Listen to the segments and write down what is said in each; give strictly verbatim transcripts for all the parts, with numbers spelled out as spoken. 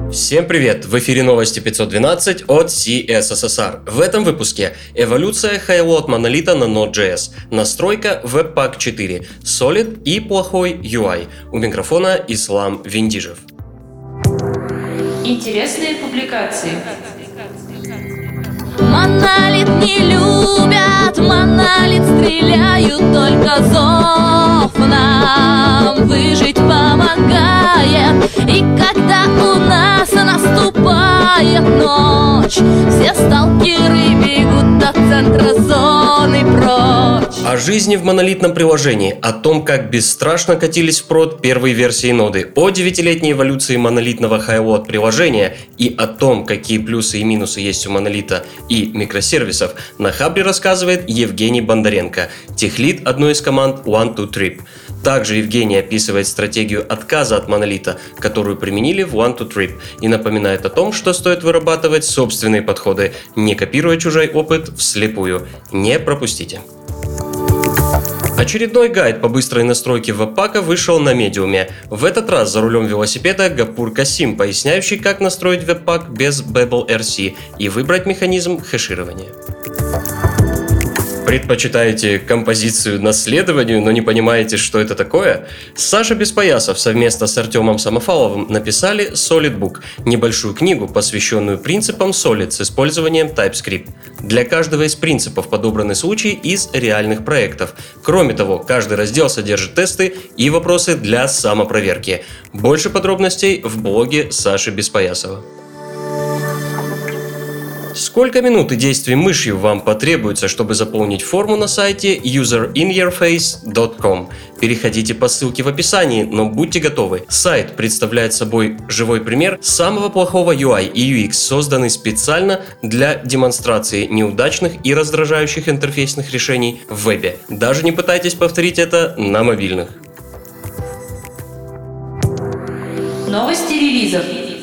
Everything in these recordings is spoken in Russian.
Всем привет! В эфире новости пятьсот двенадцать от си эс эс эс ар. В этом выпуске эволюция Highload монолита на Node.js, настройка Webpack четыре, Solid и плохой ю ай. У микрофона Ислам Виндижев. Интересные публикации. Монолит не любят, монолит стреляют, только зов нам выжить помогает. И когда у нас наступает ночь, все сталкеры бегут от центра зоны прочь. О жизни в монолитном приложении, о том, как бесстрашно катились в прод первые версии ноды, о девятилетней эволюции монолитного Highload приложения и о том, какие плюсы и минусы есть у монолита и микросервисов, на Хабре рассказывает Евгений Бондаренко, техлид одной из команд one two trip. Также Евгений описывает стратегию отказа от монолита, которую применили в one two trip, и напоминает о том, что стоит вырабатывать собственные подходы, не копируя чужой опыт вслепую. Не пропустите. Очередной гайд по быстрой настройке веб-пака вышел на медиуме. В этот раз за рулем велосипеда Гапур Касим, поясняющий, как настроить веб-пак без Babel.rc и выбрать механизм хэширования. Предпочитаете композицию наследованию, но не понимаете, что это такое? Саша Беспоясов совместно с Артемом Самофаловым написали Solid Book, небольшую книгу, посвященную принципам Solid с использованием TypeScript. Для каждого из принципов подобраны случаи из реальных проектов. Кроме того, каждый раздел содержит тесты и вопросы для самопроверки. Больше подробностей в блоге Саши Беспоясова. Сколько минут и действий мышью вам потребуется, чтобы заполнить форму на сайте юзер интерфейс точка ком? Переходите по ссылке в описании, но будьте готовы. Сайт представляет собой живой пример самого плохого ю ай и ю экс, созданный специально для демонстрации неудачных и раздражающих интерфейсных решений в вебе. Даже не пытайтесь повторить это на мобильных. Новости релизов.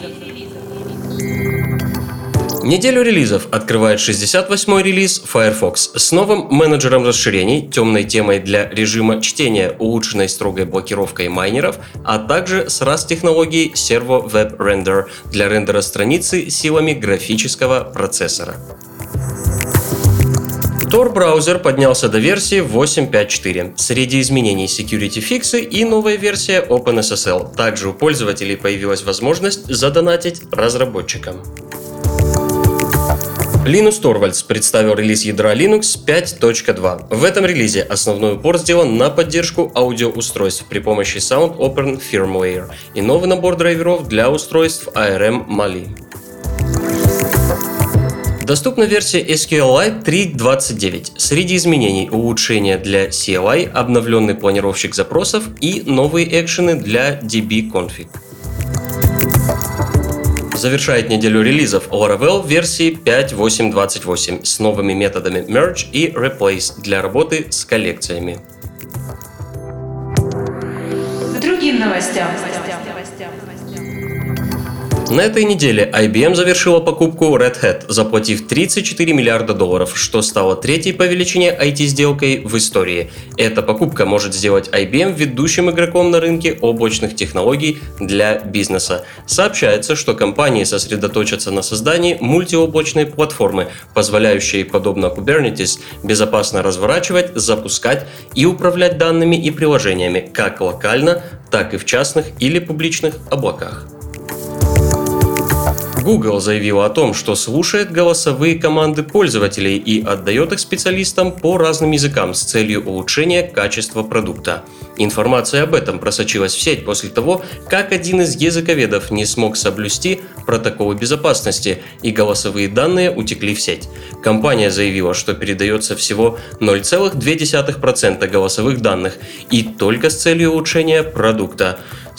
Неделю релизов открывает шестьдесят восьмой релиз Firefox с новым менеджером расширений, темной темой для режима чтения, улучшенной строгой блокировкой майнеров, а также с RAS-технологией Servo Web Render для рендера страницы силами графического процессора. Tor-браузер поднялся до версии восемь точка пять точка четыре. Среди изменений security фиксы и новая версия OpenSSL. Также у пользователей появилась возможность задонатить разработчикам. Linus Torvalds представил релиз ядра Linux пять точка два. В этом релизе основной упор сделан на поддержку аудиоустройств при помощи Sound Opera Firmware и новый набор драйверов для устройств эй ар эм Mali. Доступна версия эс кью эл ай три точка двадцать девять. Среди изменений улучшения для си эл ай, обновленный планировщик запросов и новые экшены для ди би config. Завершает неделю релизов Laravel версии пять точка восемь точка двадцать восемь с новыми методами Merge и Replace для работы с коллекциями. К другим новостям. На этой неделе ай би эм завершила покупку Red Hat, заплатив тридцать четыре миллиарда долларов, что стало третьей по величине ай ти-сделкой в истории. Эта покупка может сделать ай би эм ведущим игроком на рынке облачных технологий для бизнеса. Сообщается, что компании сосредоточатся на создании мультиоблачной платформы, позволяющей, подобно Kubernetes, безопасно разворачивать, запускать и управлять данными и приложениями как локально, так и в частных или публичных облаках. Google заявила о том, что слушает голосовые команды пользователей и отдает их специалистам по разным языкам с целью улучшения качества продукта. Информация об этом просочилась в сеть после того, как один из языковедов не смог соблюсти протоколы безопасности, и голосовые данные утекли в сеть. Компания заявила, что передается всего ноль целых две десятых процента голосовых данных и только с целью улучшения продукта.